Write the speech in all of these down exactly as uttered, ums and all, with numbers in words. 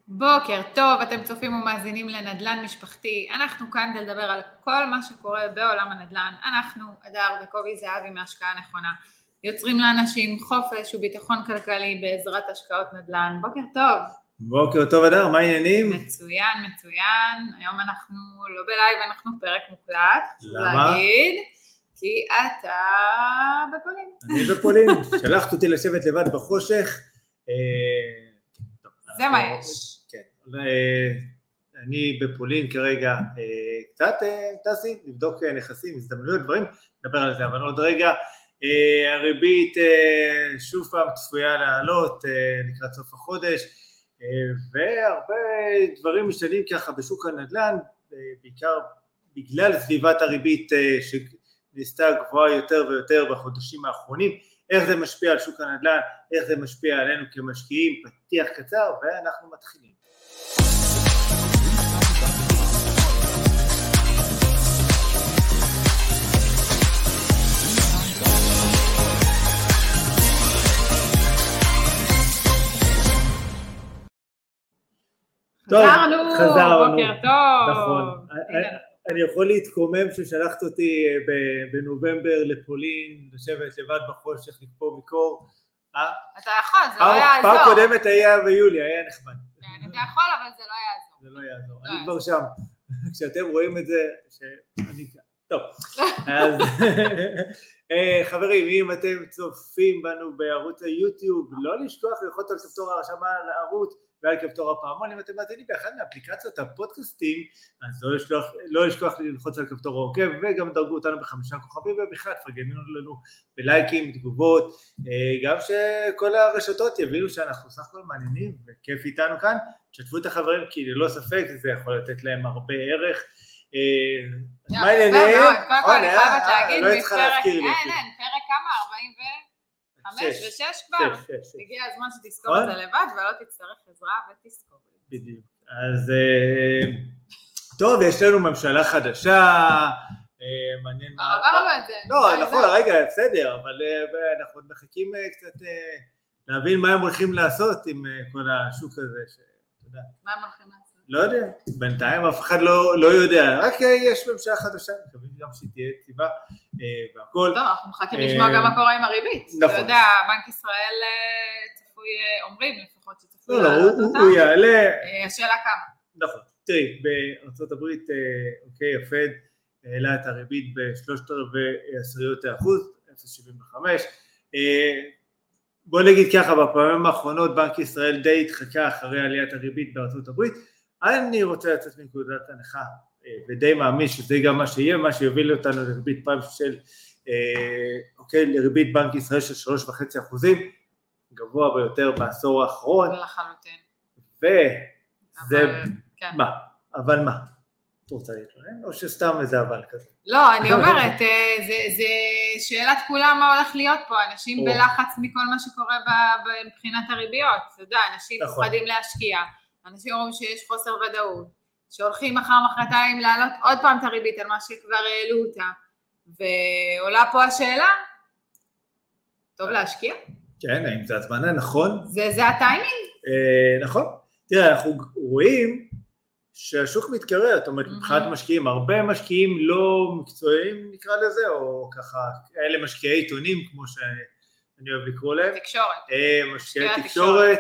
בוקר טוב, אתם צופים ומאזינים לנדל"ן משפחתי. אנחנו כאן לדבר על כל מה שקורה בעולם הנדל"ן. אנחנו, אדר וקובי זהבי מהשקעה נכונה, יוצרים לאנשים חופש וביטחון כלכלי בעזרת השקעות נדל"ן. בוקר טוב. בוקר טוב אדר, מה העניינים? מצוין, מצוין. היום אנחנו לא בלייב, אנחנו פרק מוקלט. למה? להגיד, כי אתה בפולין. אני בפולין, שלחת אותי לשבת לבד בחושך. זה מה יש. כן, אני בפולין כרגע קצת טסים, לבדוק נכסים, הזדמנויות, דברים, נדבר על זה, אבל עוד רגע הריבית שוב פעם צפויה לעלות לקראת סוף החודש, והרבה דברים משתנים ככה בשוק הנדל"ן, בעיקר בגלל סביבת הריבית שנעשתה גבוהה יותר ויותר בחודשים האחרונים. איך זה משפיע על שוק הנדל"ן, איך זה משפיע עלינו כמשקיעים, פתיח קצר, ואנחנו מתחילים. חזרנו, חזרנו, בוקר טוב. נכון. אני יכול להתקומם ששלחת אותי בנובמבר לפולין, לשבת לבד בחושך, לקפוא מקור. אתה יכול, זה לא יעזור. פעם קודמת היה ביולי, היה נחמד. כן, אתה יכול, אבל זה לא יעזור. זה לא יעזור, אני כבר שם. כשאתם רואים את זה, שאני כאן. טוב, אז חברים, אם אתם צופים בנו בערוץ היוטיוב, לא לשכוח ללחוץ על כפתור ההרשמה לערוץ, ועל כפתור הפעמון. אם אתם מאזינים באחד מאפליקציות הפודקאסטים, אז לא לשכוח, לא לשכוח ללחוץ על כפתור העוקב, וגם דרגו אותנו בחמישה כוכבים, ובכלל תפרגנו לנו בלייקים, תגובות, גם שכל הרשתות יבינו שאנחנו סך הכל מעניינים, וכיף איתנו כאן. תשתפו את החברים, כי ללא ספק זה יכול לתת להם הרבה ערך. מה העניינים? קודם כל אני חייבת להגיד, לא צריכה להזכיר לי. אין, אין, פרק כמה? ארבעים וחמש ושש כבר? הגיע הזמן שתזכור את זה לבד, ולא תצטרך עזרה ותזכור. בדיוק. אז טוב, יש לנו ממשלה חדשה, מעניין מה... עברנו את זה. לא, נכון, רגע, בסדר, אבל אנחנו מחכים קצת להבין מה הם הולכים לעשות עם כל השוק הזה, שאתה יודע. מה הם הולכים לעשות? לא יודע, בינתיים אף אחד לא, לא יודע, רק יש ממשלה חדשה, מקווים גם שהיא תהיה יציבה והכל. טוב, אנחנו מחכים לשמוע גם מה קורה עם הריבית. נכון. אתה יודע, בנק ישראל צפוי, אומרים לפחות שצפוי לעלות אותה. לא, הוא יעלה. השאלה כמה. נכון, תראי, בארצות הברית, אוקיי, הפד העלה את הריבית בשלושת רבעי עשיריות האחוז, אפס נקודה שבעים וחמש. בוא נגיד ככה, בפעמים האחרונות בנק ישראל די התחכה אחרי עליית הריבית בארצות הברית. אני רוצה לצאת מנקודת הנחה, ודי מאמין שזה גם מה שיהיה, מה שיוביל אותנו לריבית פריים של, אוקיי, לריבית בנק ישראל של שלוש נקודה חמש אחוזים, גבוה ביותר בעשור האחרון. לחלוטין. וזה, מה? אבל מה? את רוצה להתלונן? או שסתם איזה אבל כזה? לא, אני אומרת, זה שאלת כולם מה הולך להיות פה, אנשים בלחץ מכל מה שקורה מבחינת הריביות, אתה יודע, אנשים מפחדים להשקיע, אנשים אומרים שיש חוסר ודאות, שהולכים מחר מחרתיים להעלות עוד פעם את הריבית על מה שכבר העלו אותה, ועולה פה השאלה, טוב להשקיע? כן, האם זה הזמן הנכון? זה, זה הטיימינג? נכון. תראה, אנחנו רואים שהשוק מתקרר, זאת אומרת, מבחינת משקיעים, הרבה משקיעים לא מקצועיים נקרא לזה, או ככה, אלה משקיעי עיתונים, כמו שאני אוהב לקרוא להם. תקשורת. משקיעי תקשורת.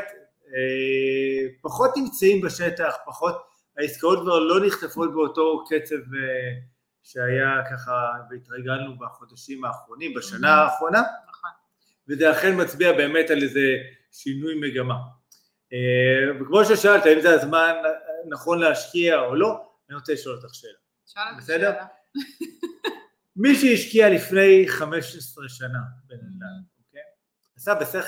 פחות נמצאים בשטח, פחות, העסקאות כבר לא נחטפות באותו קצב שהיה ככה, והתרגלנו בחודשים האחרונים, בשנה האחרונה, וזה אכן מצביע באמת על איזה שינוי מגמה. וכמו ששאלת, האם זה הזמן נכון להשקיע או לא, אני רוצה לשאול אותך שאלה. בסדר? מי שהשקיע לפני חמש עשרה שנה בנדל"ן, אוקיי? עשה בשכל?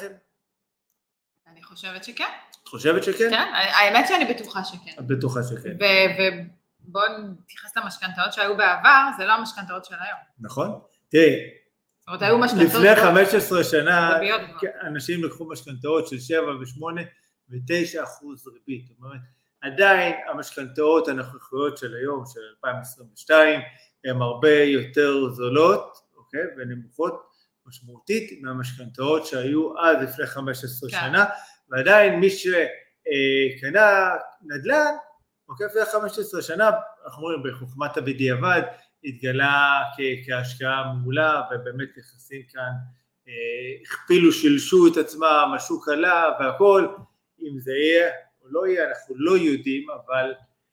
אני חושבת שכן. את חושבת שכן? כן, האמת שאני בטוחה שכן. את בטוחה שכן. ובואו נתייחס למשכנתאות שהיו בעבר, זה לא המשכנתאות של היום. נכון. תראי, לפני חמש עשרה שנה, אנשים לקחו משכנתאות של שבע ושמונה ותשע אחוז ריבית. זאת אומרת, עדיין המשכנתאות הנוכחיות של היום, של אלפיים עשרים ושתיים, הן הרבה יותר זולות, אוקיי, ונמוכות משמעותית מהמשכנתאות שהיו אז לפני חמש עשרה שנה, ועדיין מי קנה נדל"ן, אוקיי, לפני חמש עשרה שנה, אנחנו אומרים בחוכמת הבדיעבד, התגלה כהשקעה מעולה, ובאמת נכנסים כאן, הכפילו, שילשו את עצמם, השוק עלה והכל, אם זה יהיה או לא יהיה, אנחנו לא יודעים, אבל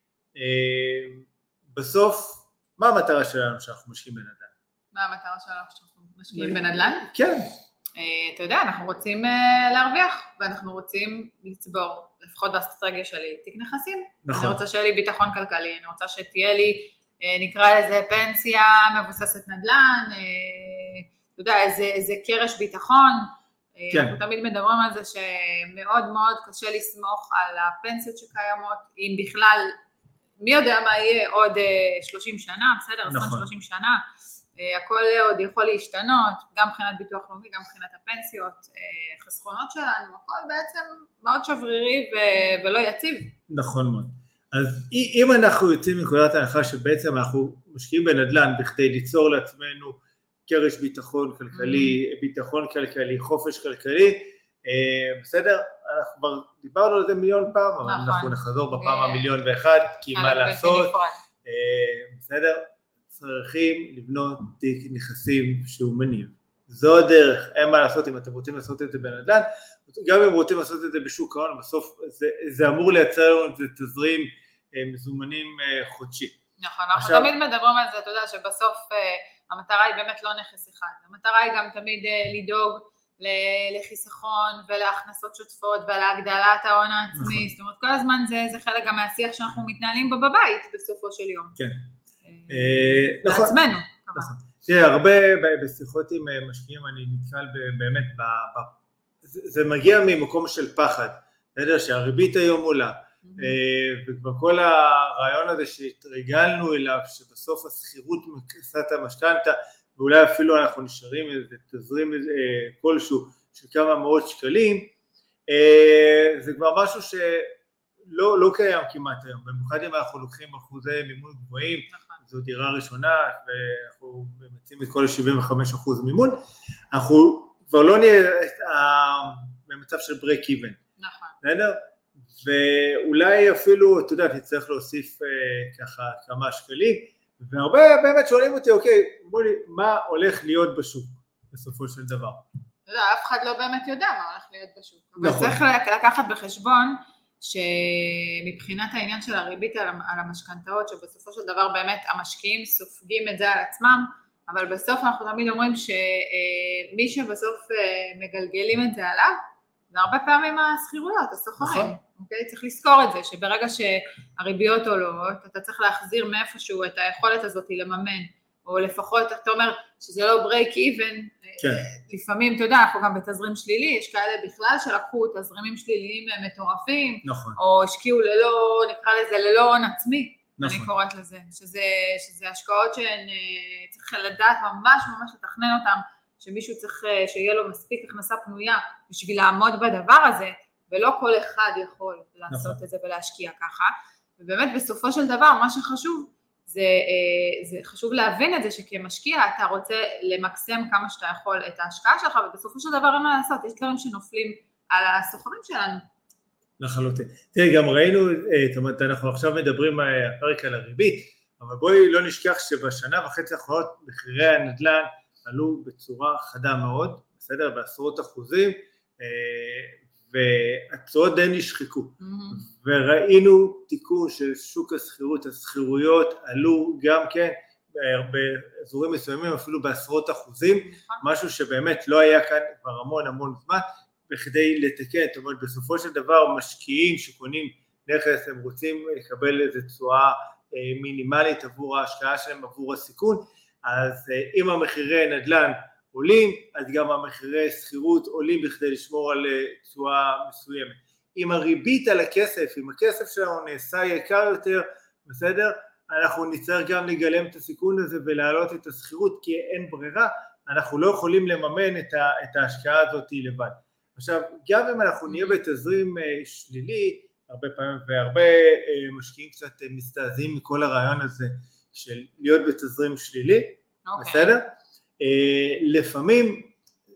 בסוף, מה המטרה שלנו שאנחנו משקיעים בנדל"ן? מה המטרה שלנו שאנחנו משקיעים בנדל"ן? כן. אתה יודע, אנחנו רוצים להרוויח, ואנחנו רוצים לצבור, לפחות באסטרטגיה שלי, תיק נכסים. נכון. אני רוצה שיהיה לי ביטחון כלכלי, אני רוצה שתהיה לי, נקרא לזה פנסיה מבוססת נדל"ן, אתה יודע, איזה, איזה קרש ביטחון. כן. אנחנו תמיד מדברים על זה שמאוד מאוד קשה לסמוך על הפנסיות שקיימות, אם בכלל, מי יודע מה יהיה עוד שלושים שנה, בסדר? נכון. עשרים שלושים שנה. הכל עוד יכול להשתנות, גם מבחינת ביטוח לאומי, גם מבחינת הפנסיות, חסכונות שלנו, הכל בעצם מאוד שברירי ו- ולא יציב. נכון מאוד. אז אם אנחנו יוצאים מנקודת ההנחה שבעצם אנחנו משקיעים בנדל"ן בכדי ליצור לעצמנו קרש ביטחון כלכלי, mm-hmm. ביטחון כלכלי, חופש כלכלי, בסדר? אנחנו כבר דיברנו על זה מיליון פעם, אבל נכון. אנחנו נחזור בפעם ו... המיליון ואחד, כי מה לעשות, בסדר? צריכים לבנות תיק נכסים שהוא מניב. זו הדרך, אין מה לעשות אם אתם רוצים לעשות את זה בנדל"ן, גם אם רוצים לעשות את זה בשוק ההון, בסוף זה, זה אמור לייצר לנו את תזרים מזומנים חודשי. נכון, אנחנו עכשיו, תמיד מדברים על זה, אתה יודע שבסוף המטרה היא באמת לא נכס אחד, המטרה היא גם תמיד לדאוג לחיסכון ולהכנסות שוטפות ולהגדלת ההון העצמי, נכון. זאת אומרת כל הזמן זה, זה חלק גם מהשיח שאנחנו מתנהלים בו בבית בסופו של יום. כן. לעצמנו. תראה, הרבה בשיחות עם משקיעים אני נתקל באמת, זה מגיע ממקום של פחד, שהריבית היום עולה, וכבר כל הרעיון הזה שהתרגלנו אליו, שבסוף הסחירות מכסת המשכנתא, ואולי אפילו אנחנו נשארים איזה תזרים כלשהו של כמה מאות שקלים, זה כבר משהו ש... לא, לא קיים כמעט היום, במיוחד אם אנחנו לוקחים אחוזי מימון גבוהים, זו דירה ראשונה, ואנחנו ממצאים את כל ה-שבעים וחמישה אחוז מימון, אנחנו כבר לא נהיה במצב של break even. נכון. בסדר? ואולי אפילו, אתה יודע, נצטרך להוסיף ככה כמה שקלים, והרבה באמת שואלים אותי, אוקיי, מה הולך להיות בשוק בסופו של דבר? אתה יודע, אף אחד לא באמת יודע מה הולך להיות בשוק. נכון. אבל צריך לקחת בחשבון, שמבחינת העניין של הריבית על המשכנתאות, שבסופו של דבר באמת המשקיעים סופגים את זה על עצמם, אבל בסוף אנחנו תמיד אומרים שמי שבסוף מגלגלים את זה עליו, זה הרבה פעמים הסחירויות, הסוחרים, אוקיי? צריך לזכור את זה, שברגע שהריביות עולות, אתה צריך להחזיר מאיפשהו את היכולת הזאת לממן, או לפחות אתה אומר שזה לא break even, כן. לפעמים, אתה יודע, אנחנו גם בתזרים שלילי, יש כאלה בכלל שלקחו תזרימים שליליים מטורפים, נכון. או השקיעו ללא, נקרא לזה, ללא הון עצמי, נכון. אני קוראת לזה, שזה, שזה השקעות שהן צריך לדעת ממש ממש לתכנן אותן, שמישהו צריך שיהיה לו מספיק הכנסה פנויה בשביל לעמוד בדבר הזה, ולא כל אחד יכול לעשות נכון. את זה ולהשקיע ככה, ובאמת בסופו של דבר מה שחשוב, זה, זה חשוב להבין את זה שכמשקיע אתה רוצה למקסם כמה שאתה יכול את ההשקעה שלך, ובסופו של דבר אין מה לעשות, יש דברים שנופלים על הסוחרים שלנו. לחלוטין. תראי, גם ראינו, זאת אומרת, אנחנו עכשיו מדברים הפרק על הריבית, אבל בואי לא נשכח שבשנה וחצי האחרונות מחירי הנדל"ן עלו בצורה חדה מאוד, בסדר, בעשרות אחוזים, והצעות די נשחקו, mm-hmm. וראינו תיקון של שוק הסחירות, הסחירויות עלו גם כן באזורים מסוימים אפילו בעשרות אחוזים, mm-hmm. משהו שבאמת לא היה כאן כבר המון המון זמן, בכדי לתקן, זאת אומרת בסופו של דבר משקיעים שקונים נכס, הם רוצים לקבל איזו תשואה מינימלית עבור ההשקעה שלהם, עבור הסיכון, אז אם המחירי נדל"ן עולים, אז גם המחירי שכירות עולים בכדי לשמור על תשואה מסוימת. אם הריבית על הכסף, אם הכסף שלנו נעשה יקר יותר, בסדר? אנחנו נצטרך גם לגלם את הסיכון הזה ולהעלות את השכירות, כי אין ברירה, אנחנו לא יכולים לממן את, ה, את ההשקעה הזאת לבד. עכשיו, גם אם אנחנו נהיה בתזרים שלילי, הרבה פעמים, והרבה משקיעים קצת מסתעזים מכל הרעיון הזה של להיות בתזרים שלילי, okay. בסדר? לפעמים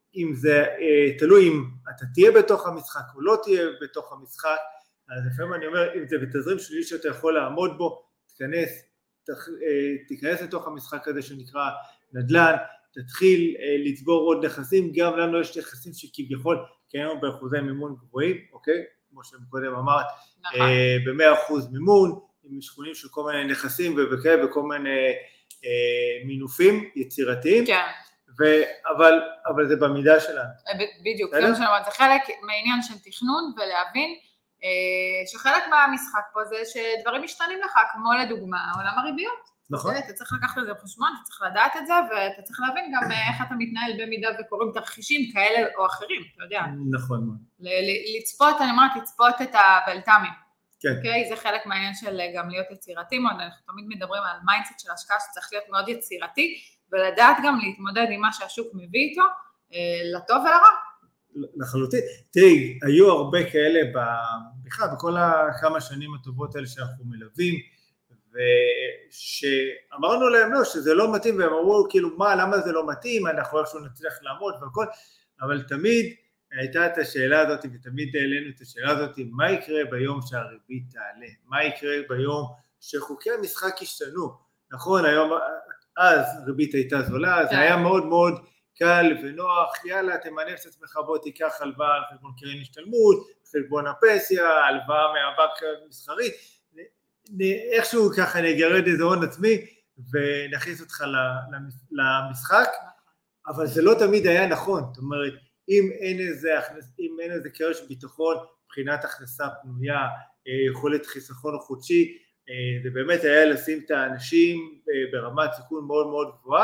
אם זה תלוי אם אתה תהיה בתוך המשחק או לא תהיה בתוך המשחק, אז לפעמים אני אומר, אם זה בתזרים שלי שאתה יכול לעמוד בו, תיכנס, תיכנס לתוך המשחק הזה שנקרא נדל"ן, תתחיל לצבור עוד נכסים, גם לנו יש נכסים שכביכול, כי היום באחוזי מימון גבוהים, אוקיי? כמו שקודם אמרת, נכון. ב-מאה אחוז מימון, עם שכונים של כל מיני נכסים ובכאלה, וכל מיני מינופים יצירתיים, כן. ו- אבל, אבל זה במידה שלנו. בדיוק, זה, זה חלק מהעניין של תכנון ולהבין שחלק מהמשחק פה זה שדברים משתנים לך, כמו לדוגמה עולם הריביות. נכון. אתה צריך לקחת את זה בחשבון, אתה צריך לדעת את זה, ואתה צריך להבין גם איך אתה מתנהל במידה וקוראים תרחישים כאלה או אחרים, אתה יודע. נכון. לצפות, אני אומרת, לצפות את הבלת"מים. כן. אוקיי? זה חלק מהעניין של גם להיות יצירתי מאוד, אנחנו תמיד מדברים על מיינדסט של השקעה שצריך להיות מאוד יצירתי, ולדעת גם להתמודד עם מה שהשוק מביא איתו, לטוב ולרע. לחלוטין. תראי, היו הרבה כאלה, בכלל, בכל הכמה שנים הטובות האלה שאנחנו מלווים, ושאמרנו להם לא, שזה לא מתאים, והם אמרו כאילו מה, למה זה לא מתאים, אנחנו איכשהו נצליח לעמוד והכל, אבל תמיד הייתה את השאלה הזאת, ותמיד העלינו את השאלה הזאת, מה יקרה ביום שהריבית תעלה, מה יקרה ביום שחוקי המשחק ישתנו, נכון, היום, אז ריבית הייתה זולה, זה היה מאוד מאוד קל ונוח, יאללה, תמנף את עצמך, בוא תיקח הלוואה על חשבון קרן השתלמות, חשבון הפנסיה, הלוואה מהבנק מסחרית, איכשהו ככה נגרד איזה הון עצמי ונכניס אותך למשחק, אבל זה לא תמיד היה נכון, זאת אומרת, אם אין איזה, אם אין איזה קרש ביטחון, מבחינת הכנסה פנויה, יכולת חיסכון חודשי, זה באמת היה לשים את האנשים ברמת סיכון מאוד מאוד גבוהה.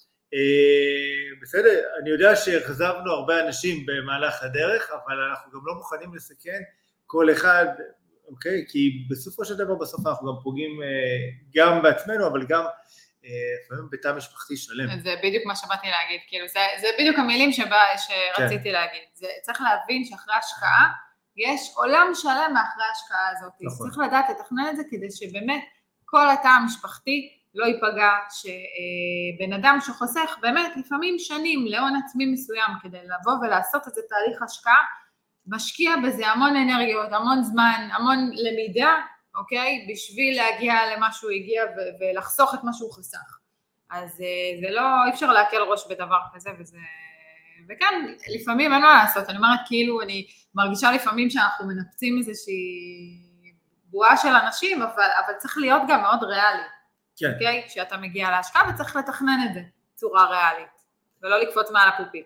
בסדר, אני יודע שהחזבנו הרבה אנשים במהלך הדרך, אבל אנחנו גם לא מוכנים לסכן כל אחד, אוקיי? כי בסופו של דבר בסוף אנחנו גם פוגעים גם בעצמנו, אבל גם לפעמים בתא משפחתי שלם. זה בדיוק מה שבאתי להגיד, כאילו זה, זה בדיוק המילים שבא, שרציתי כן. להגיד. זה, צריך להבין שאחרי השקעה, יש עולם שלם מאחרי ההשקעה הזאת. נכון. צריך לדעת לתכנן את זה כדי שבאמת כל התא המשפחתי לא ייפגע, שבן אדם שחוסך באמת לפעמים שנים להון עצמי מסוים כדי לבוא ולעשות את זה תהליך השקעה, משקיע בזה המון אנרגיות, המון זמן, המון למידה, אוקיי? בשביל להגיע למה שהוא הגיע ו- ולחסוך את מה שהוא חסך. אז זה לא, אי אפשר להקל ראש בדבר כזה, וזה... וכאן, לפעמים אין מה לעשות, אני אומרת כאילו, אני מרגישה לפעמים שאנחנו מנפצים איזושהי בועה של אנשים, אבל, אבל צריך להיות גם מאוד ריאלי. כן. אוקיי? כשאתה מגיע להשקעה וצריך לתכנן את זה בצורה ריאלית, ולא לקפוץ מעל הפופיק.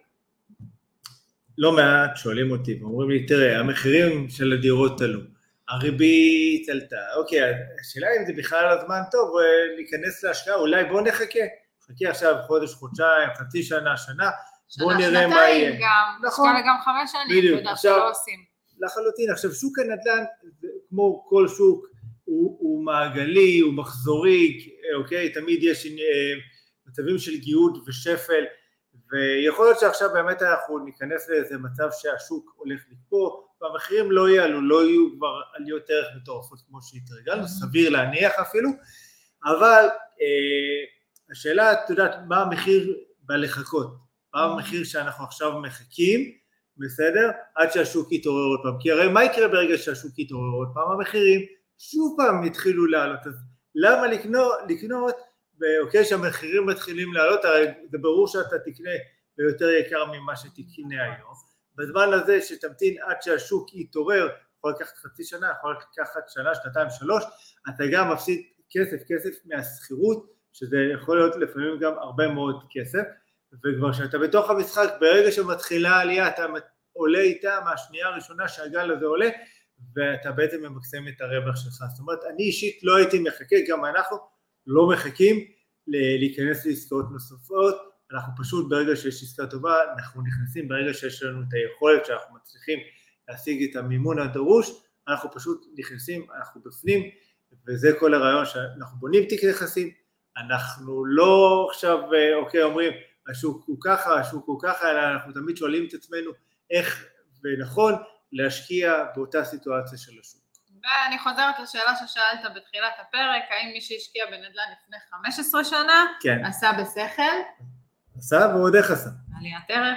לא מעט שואלים אותי, ואומרים לי, תראה, המחירים של הדירות עלו, הריבית עלתה, אוקיי, השאלה אם זה בכלל הזמן טוב, להיכנס להשקעה, אולי בוא נחכה, נחכה עכשיו חודש, חודשיים, חצי שנה, שנה, בוא נראה מה יהיה. שנה, שנתיים גם, נכון. גם חמש שנים, בדיוק, תודה שלא עושים. לחלוטין, עכשיו שוק הנדל"ן, כמו כל שוק, הוא, הוא מעגלי, הוא מחזורי, אוקיי, תמיד יש מצבים של גיהות ושפל, ויכול להיות שעכשיו באמת אנחנו ניכנס לאיזה מצב שהשוק הולך לקפוא, והמחירים לא יעלו, לא יהיו כבר עליות ערך מטורפות כמו שהתרגלנו, סביר להניח אפילו, אבל אה, השאלה, את יודעת, מה המחיר בלחכות? מה המחיר שאנחנו עכשיו מחכים, בסדר? עד שהשוק יתעורר עוד פעם, כי הרי מה יקרה ברגע שהשוק יתעורר עוד פעם? המחירים שוב פעם התחילו לעלות, אז למה לקנות, לקנות אוקיי, שהמחירים מתחילים לעלות, הרי זה ברור שאתה תקנה ביותר יקר ממה שתקנה היום. בזמן הזה שתמתין עד שהשוק יתעורר, יכול לקחת חצי שנה, יכול לקחת שנה, שנתיים, שלוש, אתה גם מפסיד כסף, כסף מהסחירות, שזה יכול להיות לפעמים גם הרבה מאוד כסף, וכבר שאתה בתוך המשחק, ברגע שמתחילה העלייה, אתה עולה איתה מהשנייה הראשונה שהגל הזה עולה, ואתה בעצם ממקסם את הרווח שלך. זאת אומרת, אני אישית לא הייתי מחכה, גם אנחנו לא מחכים להיכנס לעסקאות נוספות, אנחנו פשוט ברגע שיש עסקה טובה, אנחנו נכנסים ברגע שיש לנו את היכולת שאנחנו מצליחים להשיג את המימון הדרוש, אנחנו פשוט נכנסים, אנחנו בפנים, וזה כל הרעיון שאנחנו בונים תיק נכסים, אנחנו לא עכשיו, אוקיי, אומרים, השוק הוא ככה, השוק הוא ככה, אלא אנחנו תמיד שואלים את עצמנו איך ונכון להשקיע באותה סיטואציה של השוק. ואני חוזרת לשאלה ששאלת בתחילת הפרק, האם מי שהשקיע בנדל"ן לפני חמש עשרה שנה, כן. עשה בשכל? עשה ועוד איך עשה. עליית ערך?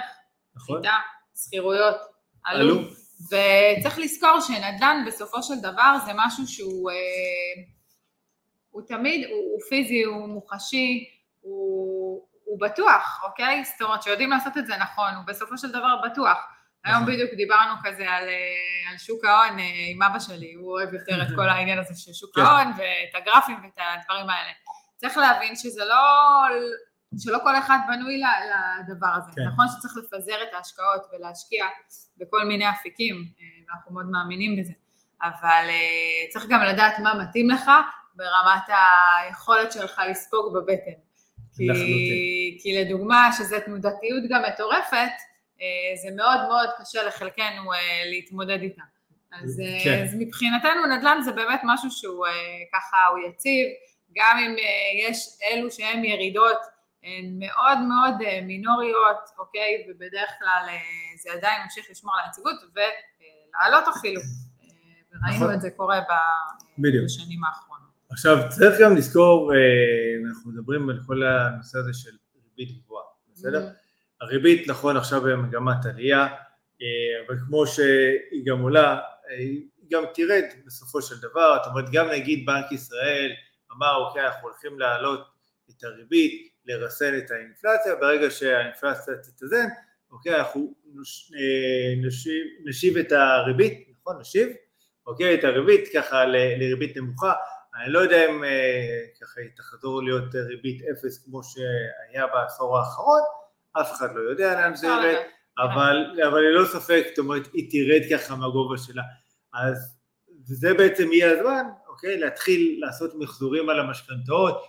נכון. חיטה, סחירויות, עלו, וצריך לזכור שנדל"ן בסופו של דבר זה משהו שהוא הוא תמיד, הוא, הוא פיזי, הוא מוחשי, הוא, הוא בטוח, אוקיי? זאת אומרת שיודעים לעשות את זה נכון, הוא בסופו של דבר בטוח. היום בדיוק דיברנו כזה על, על שוק ההון עם אבא שלי, הוא אוהב יותר את כל העניין הזה של שוק ההון ואת הגרפים ואת הדברים האלה. צריך להבין שזה לא, שלא כל אחד בנוי לדבר הזה. כן. נכון שצריך לפזר את ההשקעות ולהשקיע בכל מיני אפיקים, ואנחנו מאוד מאמינים בזה. אבל צריך גם לדעת מה מתאים לך ברמת היכולת שלך לספוג בבטן. כי, כי לדוגמה, שזו תנודתיות גם מטורפת, זה מאוד מאוד קשה לחלקנו להתמודד איתה. אז, כן. אז מבחינתנו נדל"ן זה באמת משהו שהוא ככה, הוא יציב, גם אם יש אלו שהם ירידות, הן מאוד מאוד מינוריות, אוקיי? ובדרך כלל זה עדיין ממשיך לשמור על היציבות ולעלות אפילו. וראינו את זה קורה בשנים האחרונות. עכשיו, צריך גם לזכור, אנחנו מדברים על כל הנושא הזה של ריבית גבוהה, בסדר? הריבית, נכון, עכשיו במגמת עלייה, אבל כמו שהיא גם עולה, היא גם תירד בסופו של דבר. זאת אומרת, גם נגיד בנק ישראל אמר, אוקיי, אנחנו הולכים להעלות את הריבית, לרסן את האינפלציה, ברגע שהאינפלציה תתאזן, אוקיי, אנחנו נשיב, נשיב את הריבית, נכון, נשיב, אוקיי, את הריבית ככה ל, לריבית נמוכה. אני לא יודע אם ככה היא תחזור להיות ריבית אפס כמו שהיה בעשור האחרון, אף אחד לא יודע לאן זה ירד, אבל, אבל ללא ספק, זאת אומרת, היא תירד ככה מהגובה שלה. אז זה בעצם יהיה הזמן, אוקיי, להתחיל לעשות מחזורים על המשכנתאות,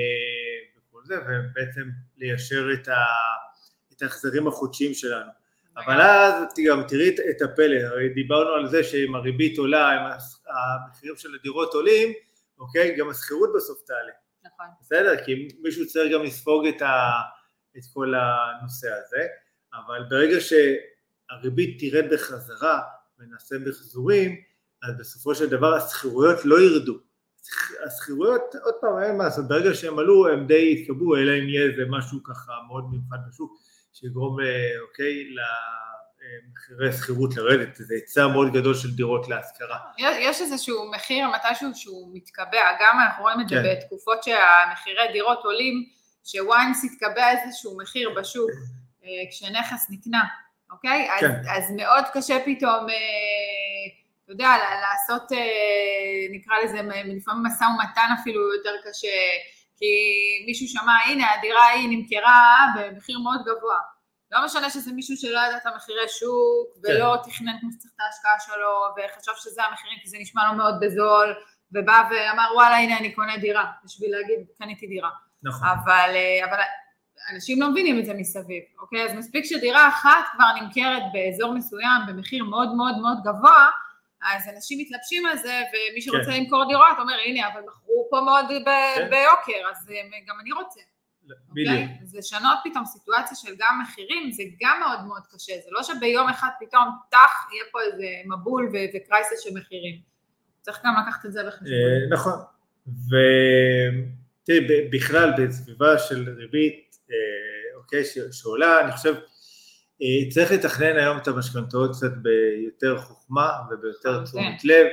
וכל זה, ובעצם ליישר את, ה, את ההחזרים החודשיים שלנו. אבל אז גם תראי את הפלא, הרי דיברנו על זה שאם הריבית עולה, אם המחירים של הדירות עולים, אוקיי, גם השכירות בסוף תעלה. נכון. בסדר? כי מישהו צריך גם לספוג את, ה, את כל הנושא הזה, אבל ברגע שהריבית תירד בחזרה ונעשה מחזורים, אז בסופו של דבר השכירויות לא ירדו. השכירויות, עוד פעם, אין מה לעשות, ברגע שהם עלו, הם די יתקבעו, אלא אם יהיה איזה משהו ככה מאוד מיוחד בשוק, שיגרום, אוקיי, למחירי שכירות לרדת, זה היצע מאוד גדול של דירות להשכרה. יש איזשהו מחיר, מתישהו שהוא מתקבע, גם אנחנו רואים את זה בתקופות שהמחירי דירות עולים, שוואנס יתקבע איזשהו מחיר בשוק, כשנכס נקנה, אוקיי? אז מאוד קשה פתאום, אתה יודע, לעשות, נקרא לזה, לפעמים מסע ומתן אפילו יותר קשה, כי מישהו שמע, הנה, הדירה היא נמכרה במחיר מאוד גבוה. לא משנה שזה מישהו שלא ידע את המחירי שוק, ולא תכנן כמו שצריך את ההשקעה שלו, וחשב שזה המחירים, כי זה נשמע לו מאוד בזול, ובא ואמר, וואלה, הנה, אני קונה דירה, בשביל להגיד, קניתי דירה. נכון. אבל, אבל אנשים לא מבינים את זה מסביב, אוקיי? אז מספיק שדירה אחת כבר נמכרת באזור מסוים, במחיר מאוד מאוד מאוד גבוה, אז אנשים מתלבשים על זה, ומי שרוצה למכור דירות אומר, הנה, אבל מכרו פה מאוד ביוקר, אז גם אני רוצה. אוקיי? אז לשנות פתאום סיטואציה של גם מחירים, זה גם מאוד מאוד קשה, זה לא שביום אחד פתאום תח, יהיה פה איזה מבול וקרייסס של מחירים. צריך גם לקחת את זה בחשבון. נכון, ותראי, בכלל בסביבה של ריבית, אוקיי, שעולה, אני חושב, צריך לתכנן היום את המשכנתאות קצת ביותר חוכמה וביותר תשומת לב,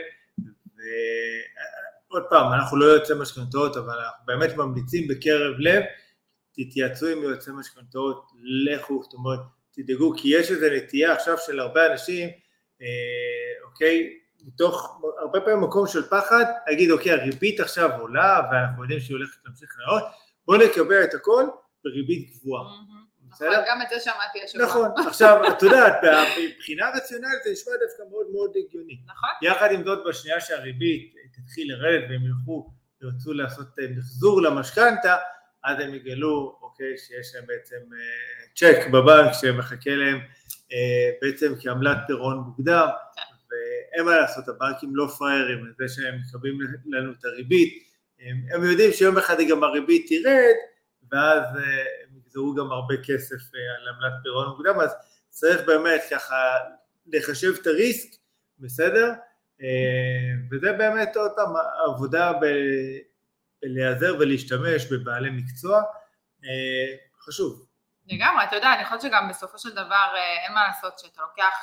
ועוד פעם, אנחנו לא יוצא משכנתאות, אבל אנחנו באמת ממליצים בקרב לב, תתייעצו עם יוצא משכנתאות, לכו, זאת אומרת, תדאגו, כי יש איזו נטייה עכשיו של הרבה אנשים, אוקיי, מתוך הרבה פעמים מקום של פחד, להגיד, אוקיי, הריבית עכשיו עולה, ואנחנו יודעים שהיא הולכת להמשיך לעלות, בואו נקבע את הכל בריבית גבוהה. נכון, גם את זה שמעתי השבוע. נכון, עכשיו, את יודעת, מבחינה רציונלית זה נשמע דווקא מאוד מאוד הגיוני. נכון. יחד עם זאת, בשנייה שהריבית תתחיל לרדת, והם ילכו, ירצו לעשות מחזור למשכנתה, אז הם יגלו, אוקיי, שיש להם בעצם צ'ק בבנק שמחכה להם בעצם כעמלת פירעון מוקדם, ואין מה לעשות, הבנקים לא פריירים, זה שהם מקבלים לנו את הריבית, הם יודעים שיום אחד גם הריבית תירד, ואז הם יגזרו גם הרבה כסף על עמלת פירעון מוקדם, אז צריך באמת ככה לחשב את הריסק, בסדר? וזה באמת עוד פעם עבודה בלהיעזר ולהשתמש בבעלי מקצוע, חשוב. לגמרי, אתה יודע, אני חושבת שגם בסופו של דבר אין מה לעשות שאתה לוקח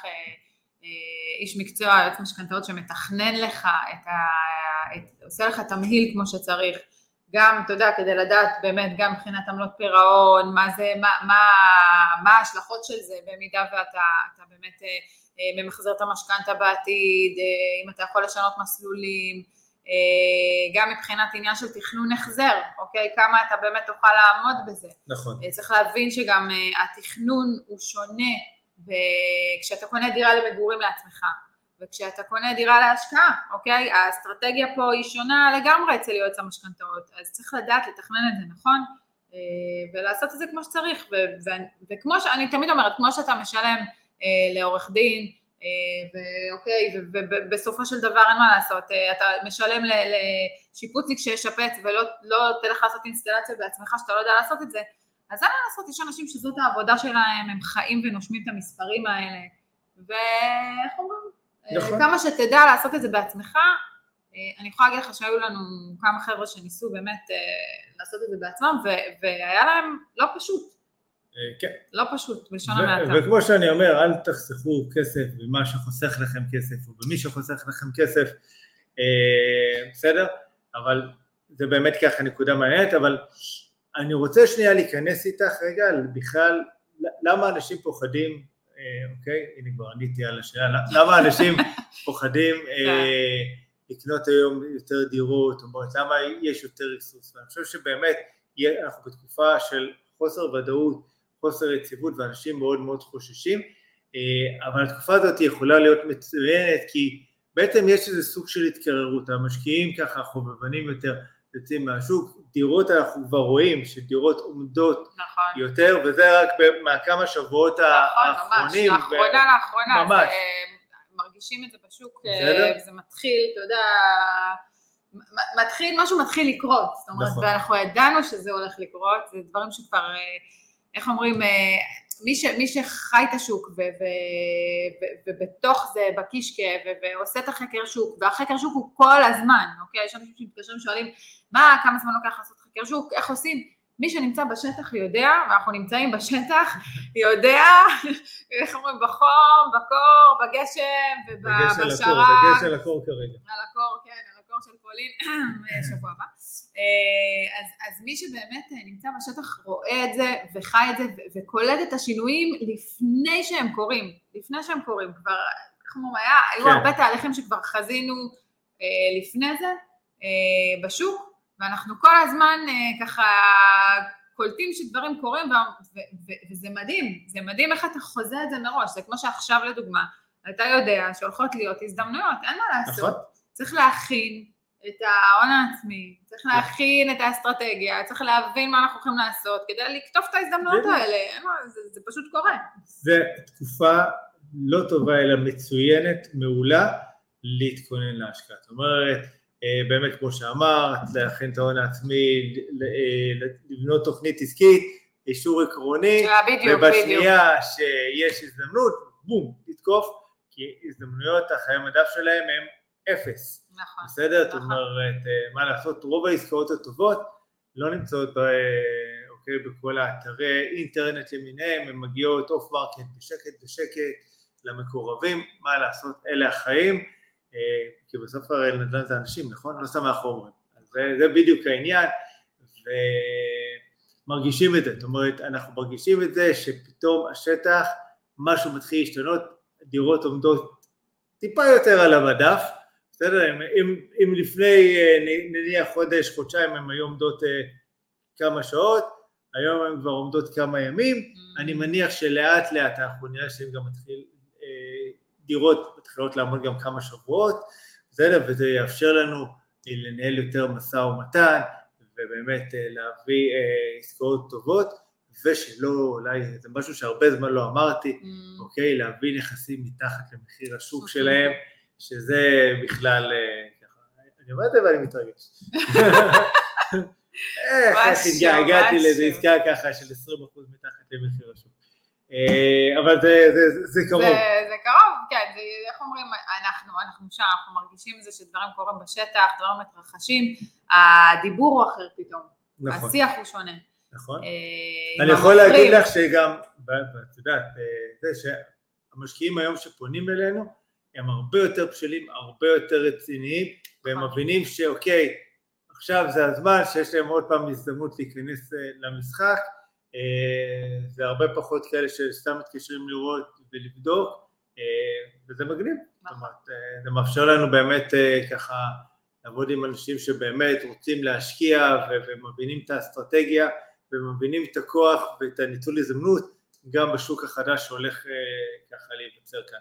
איש מקצוע, יועץ משכנתאות שמתכנן לך, את ה... את... עושה לך תמהיל כמו שצריך, גם, אתה יודע, כדי לדעת באמת, גם מבחינת עמלות פירעון, מה זה, מה, מה, מה ההשלכות של זה, במידה ואתה אתה באמת ממחזר את המשכנתא בעתיד, אם אתה יכול לשנות מסלולים, גם מבחינת עניין של תכנון החזר, אוקיי? כמה אתה באמת תוכל לעמוד בזה. נכון. צריך להבין שגם התכנון הוא שונה, כשאתה קונה דירה למגורים לעצמך, וכשאתה קונה דירה להשקעה, אוקיי? האסטרטגיה פה היא שונה לגמרי אצל יועץ המשכנתאות, אז צריך לדעת לתכנן את זה נכון, ולעשות את זה כמו שצריך, וכמו שאני תמיד אומרת, כמו שאתה משלם לעורך דין, ואוקיי, ובסופו של דבר אין מה לעשות, אתה משלם לשיפוצניק שישפץ, ולא תלך לעשות אינסטלציה בעצמך שאתה לא יודע לעשות את זה, אז אין מה לעשות, יש אנשים שזאת העבודה שלהם, הם חיים ונושמים את המספרים האלה, ואיך אומרים? נכון. כמה שתדע לעשות את זה בעצמך, אני יכולה להגיד לך שהיו לנו כמה חבר'ה שניסו באמת לעשות את זה בעצמם, והיה להם לא פשוט. כן. לא פשוט, בלשון המעטה. וכמו שאני אומר, אל תחסכו כסף במה שחוסך לכם כסף, או במי שחוסך לכם כסף, בסדר? אבל זה באמת ככה נקודה מעניינת, אבל אני רוצה שנייה להיכנס איתך רגע, בכלל, למה אנשים פוחדים, אוקיי, הנה כבר עניתי על השאלה, למה אנשים פוחדים לקנות היום יותר דירות, אומרת, למה יש יותר ריסוס, ואני חושב שבאמת אנחנו בתקופה של חוסר ודאות, חוסר יציבות, ואנשים מאוד מאוד חוששים, אבל התקופה הזאת יכולה להיות מצוינת, כי בעצם יש איזה סוג של התקררות, המשקיעים ככה חובבנים יותר, יוצאים מהשוק, דירות אנחנו כבר רואים שדירות עומדות נכון. יותר, וזה רק מהכמה שבועות נכון, האחרונים. ממש, לאחרונה ו... לאחרונה, ממש. זה, מרגישים את זה בשוק, וזה מתחיל, אתה יודע, מתחיל, משהו מתחיל לקרות, זאת אומרת, נכון. ואנחנו ידענו שזה הולך לקרות, זה דברים שכבר, איך אומרים, מי, ש, מי שחי את השוק, ו, ו, ו, ובתוך זה בקישקה, ו, ועושה את החקר שוק, והחקר שוק הוא כל הזמן, אוקיי? יש אנשים שמתקשרים שואלים, מה, כמה זמן לוקח לעשות חקר שוק, איך עושים? מי שנמצא בשטח יודע, ואנחנו נמצאים בשטח, יודע, איך אומרים, בחום, בקור, בגשם, ובשרה. בגש על הקור כרגע. על הקור, כן, על הקור של פולין, שבוע הבא. אז, אז מי שבאמת נמצא בשטח רואה את זה, וחי את זה, וקולט את השינויים לפני שהם קורים, לפני שהם קורים, כבר, איך אומרים, היה, היו הרבה תהליכים שכבר חזינו לפני זה, בשוק, ואנחנו כל הזמן ככה קולטים שדברים קורים, וזה מדהים, זה מדהים איך אתה חוזה את זה מראש, זה כמו שעכשיו לדוגמה, אתה יודע שהולכות להיות הזדמנויות, אין מה לעשות, צריך להכין את ההון העצמי, צריך להכין את האסטרטגיה, צריך להבין מה אנחנו יכולים לעשות, כדי לקטוף את ההזדמנויות האלה, זה פשוט קורה. זה תקופה לא טובה, אלא מצוינת, מעולה, להתכונן להשקעה, זאת אומרת, באמת כמו שאמרת, להכין את ההון העצמי, לבנות תוכנית עסקית, אישור עקרוני, ובשנייה שיש הזדמנות, בום, לתקוף, כי הזדמנויות החיי המדף שלהם הם אפס. נכון. בסדר? זאת אומרת, מה לעשות, רוב העסקאות הטובות לא נמצאות אוקיי, בכל האתרי אינטרנט למיניהם, הן מגיעות אוף מרקט בשקט בשקט למקורבים, מה לעשות, אלה החיים, כי בסוף הרי נדל"ן זה אנשים, נכון? לא סתם אנחנו אומרים. אז זה, זה בדיוק העניין, ומרגישים את זה, זאת אומרת, אנחנו מרגישים את זה שפתאום השטח, משהו מתחיל להשתנות, דירות עומדות טיפה יותר על המדף, בסדר? אם, אם לפני נניח חודש, חודשיים, הם היו עומדות כמה שעות, היום הם כבר עומדות כמה ימים, mm-hmm. אני מניח שלאט לאט אנחנו נראה שהם גם מתחיל, דירות מתחילות לעמוד גם כמה שבועות, בסדר? וזה יאפשר לנו לנהל יותר משא ומתן, ובאמת להביא עסקאות טובות, ושלא, אולי זה משהו שהרבה זמן לא אמרתי, mm. אוקיי, להביא נכסים מתחת למחיר השוק שלהם, שזה בכלל, ככה, אני אומר את זה ואני מתרגש. איך התגעגעתי לאיזו עסקה ככה של עשרים אחוז מתחת למחיר השוק. אבל זה קרוב. זה קרוב, כן, איך אומרים, אנחנו שם, אנחנו מרגישים את זה שדברים קורים בשטח, דברים מתרחשים, הדיבור הוא אחר פתאום, השיח הוא שונה. נכון. אני יכול להגיד לך שגם, את יודעת, זה שהמשקיעים היום שפונים אלינו, הם הרבה יותר בשלים, הרבה יותר רציניים, והם מבינים שאוקיי, עכשיו זה הזמן שיש להם עוד פעם הזדמנות להיכנס למשחק, זה הרבה פחות כאלה שסתם מתקשרים לראות ולבדוק, וזה מגניב. זאת אומרת, זה מאפשר לנו באמת ככה לעבוד עם אנשים שבאמת רוצים להשקיע ומבינים את האסטרטגיה, ומבינים את הכוח ואת הניצול הזדמנות, גם בשוק החדש שהולך ככה להיווצר כאן.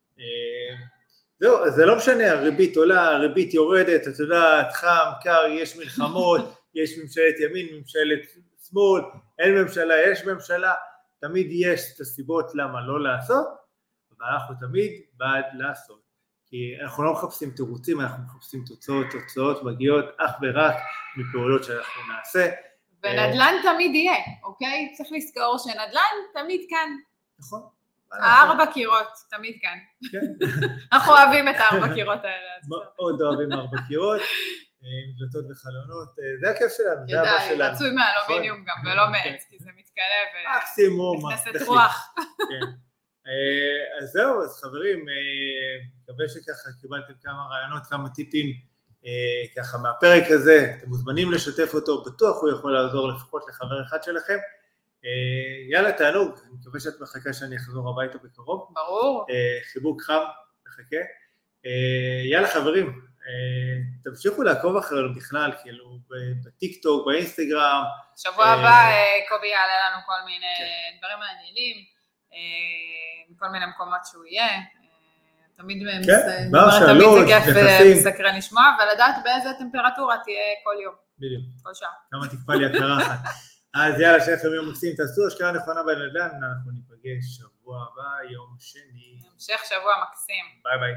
זהו, זה לא משנה, הריבית עולה, הריבית יורדת, אתה יודע, חם, קר, יש מלחמות, יש ממשלת ימין, ממשלת שמאל, אין ממשלה, יש ממשלה, תמיד יש את הסיבות למה לא לעשות, אבל אנחנו תמיד בעד לעשות, כי אנחנו לא מחפשים תירוצים, אנחנו מחפשים תוצאות, תוצאות מגיעות אך ורק מפעולות שאנחנו נעשה. ונדל"ן תמיד יהיה, אוקיי? צריך לזכור שנדל"ן תמיד כאן. נכון. הארבע קירות, תמיד כאן. אנחנו אוהבים את הארבע קירות האלה. מאוד אוהבים ארבע קירות, עם דלתות וחלונות, זה הכיף שלנו, זה הבא שלנו. רצוי מאלומיניום גם, ולא מעץ, כי זה מתקלה ונכנסת רוח. אז זהו, אז חברים, מקווה שככה קיבלתם כמה רעיונות, כמה טיפים ככה מהפרק הזה, אתם מוזמנים לשתף אותו, בטוח הוא יכול לעזור לפחות לחבר אחד שלכם. יאללה, תענוג, אני מקווה שאת מחכה שאני אחזור הביתה בקרוב. ברור. חיבוק חם, מחכה. יאללה חברים, תמשיכו לעקוב אחרינו בכלל, כאילו בטיק טוק, באינסטגרם. שבוע הבא קובי יעלה לנו כל מיני דברים מעניינים, מכל מיני מקומות שהוא יהיה. תמיד זה כיף ומסקרן לשמוע, ולדעת באיזה טמפרטורה תהיה כל יום. בדיוק. כל שעה. כמה תקפה לי הקרה אחת. אז יאללה, שיהיה לכם יום מקסים, תעשו השקעה נכונה בנדל"ן, אנחנו ניפגש שבוע הבא, יום שני. המשך שבוע מקסים. ביי ביי.